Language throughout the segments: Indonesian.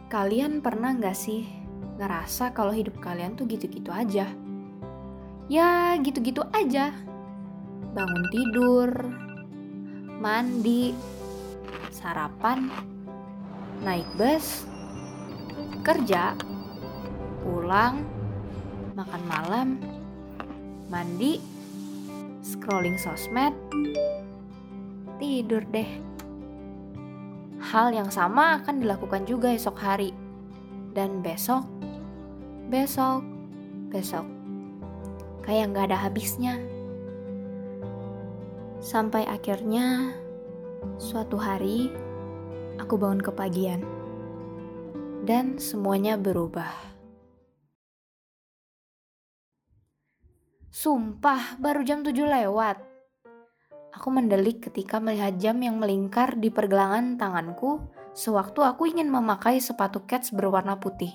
Kalian pernah gak sih ngerasa kalau hidup kalian tuh gitu-gitu aja? Ya gitu-gitu aja. Bangun tidur, mandi, sarapan, naik bus, kerja, pulang, makan malam, mandi, scrolling sosmed, tidur deh. Hal yang sama akan dilakukan juga esok hari. Dan besok. Kayak gak ada habisnya. Sampai akhirnya suatu hari aku bangun kepagian. Dan semuanya berubah. Sumpah, baru jam 7 lewat. Aku mendelik ketika melihat jam yang melingkar di pergelangan tanganku sewaktu aku ingin memakai sepatu kets berwarna putih.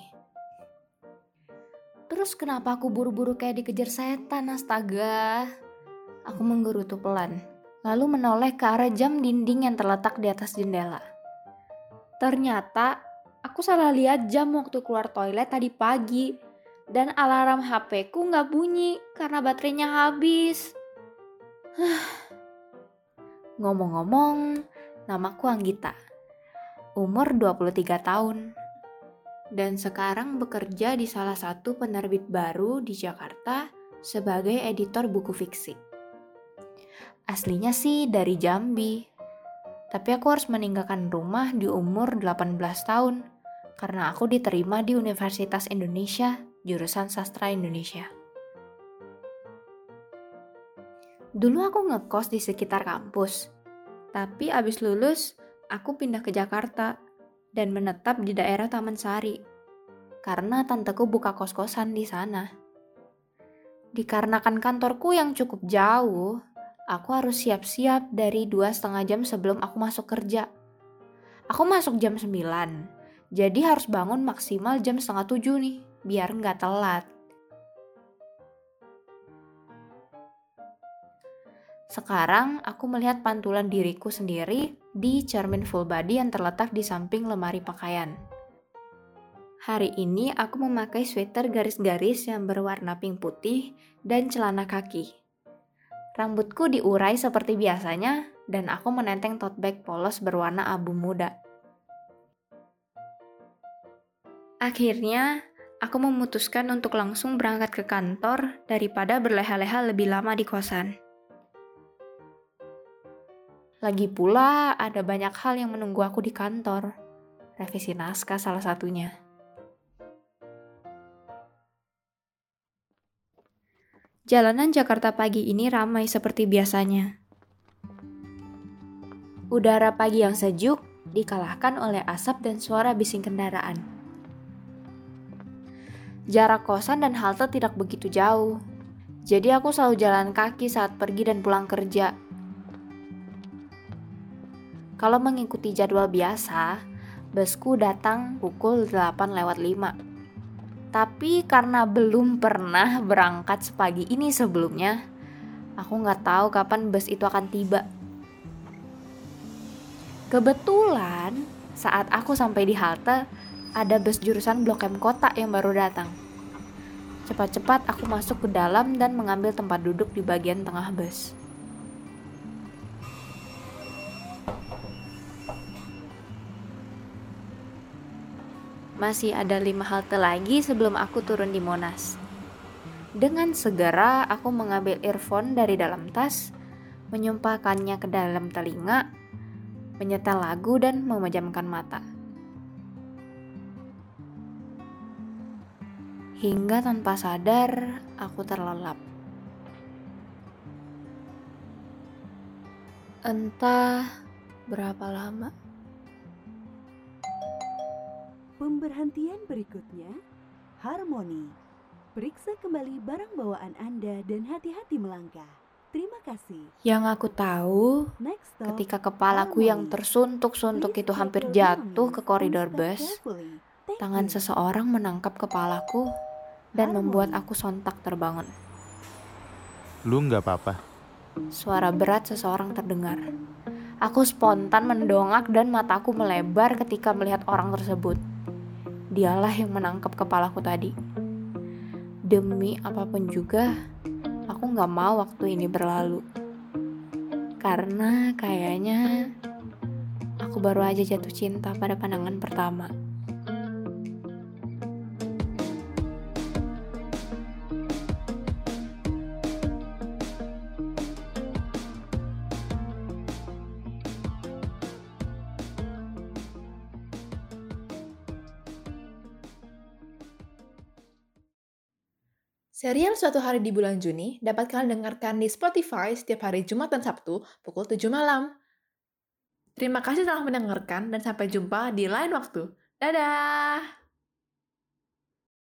Terus kenapa aku buru-buru kayak dikejar setan, astaga? Aku menggerutu pelan, lalu menoleh ke arah jam dinding yang terletak di atas jendela. Ternyata aku salah lihat jam waktu keluar toilet tadi pagi, dan alarm HP-ku gak bunyi karena baterainya habis. Ngomong-ngomong, namaku Anggita, umur 23 tahun. Dan sekarang bekerja di salah satu penerbit baru di Jakarta sebagai editor buku fiksi. Aslinya sih dari Jambi, tapi aku harus meninggalkan rumah di umur 18 tahun karena aku diterima di Universitas Indonesia, jurusan Sastra Indonesia. Dulu aku ngekos di sekitar kampus, tapi abis lulus aku pindah ke Jakarta dan menetap di daerah Taman Sari, karena tanteku buka kos-kosan di sana. Dikarenakan kantorku yang cukup jauh, aku harus siap-siap dari 2,5 jam sebelum aku masuk kerja. Aku masuk jam 9, jadi harus bangun maksimal jam 6:30 nih, biar nggak telat. Sekarang aku melihat pantulan diriku sendiri di cermin full body yang terletak di samping lemari pakaian. Hari ini aku memakai sweater garis-garis yang berwarna pink putih dan celana kaki. Rambutku diurai seperti biasanya dan aku menenteng tote bag polos berwarna abu muda. Akhirnya, aku memutuskan untuk langsung berangkat ke kantor daripada berleha-leha lebih lama di kosan. Lagi pula ada banyak hal yang menunggu aku di kantor. Revisi naskah salah satunya. Jalanan Jakarta pagi ini ramai seperti biasanya. Udara pagi yang sejuk dikalahkan oleh asap dan suara bising kendaraan. Jarak kosan dan halte tidak begitu jauh, jadi aku selalu jalan kaki saat pergi dan pulang kerja. Kalau mengikuti jadwal biasa, busku datang pukul 8:05. Tapi karena belum pernah berangkat sepagi ini sebelumnya, aku nggak tahu kapan bus itu akan tiba. Kebetulan saat aku sampai di halte, ada bus jurusan Blok M Kota yang baru datang. Cepat-cepat aku masuk ke dalam dan mengambil tempat duduk di bagian tengah bus. Masih ada 5 halte lagi sebelum aku turun di Monas. Dengan segera aku mengambil earphone dari dalam tas, menyumpahkannya ke dalam telinga, menyetel lagu dan memejamkan mata. Hingga tanpa sadar aku terlelap. Entah berapa lama. Pemberhentian berikutnya, harmoni. Periksa kembali barang bawaan Anda dan hati-hati melangkah. Terima kasih. Yang aku tahu, Next stop, ketika kepalaku yang tersuntuk-suntuk itu hampir jatuh ke koridor bus, tangan seseorang menangkap kepalaku dan membuat aku sontak terbangun. Lu nggak apa-apa? Suara berat seseorang terdengar. Aku spontan mendongak dan mataku melebar ketika melihat orang tersebut. Dialah yang menangkap kepalaku tadi. Demi apapun juga, aku gak mau waktu ini berlalu. Karena kayaknya aku baru aja jatuh cinta pada pandangan pertama. Serial Suatu Hari di Bulan Juni dapat kalian dengarkan di Spotify setiap hari Jumat dan Sabtu pukul 7 malam. Terima kasih telah mendengarkan dan sampai jumpa di lain waktu. Dadah!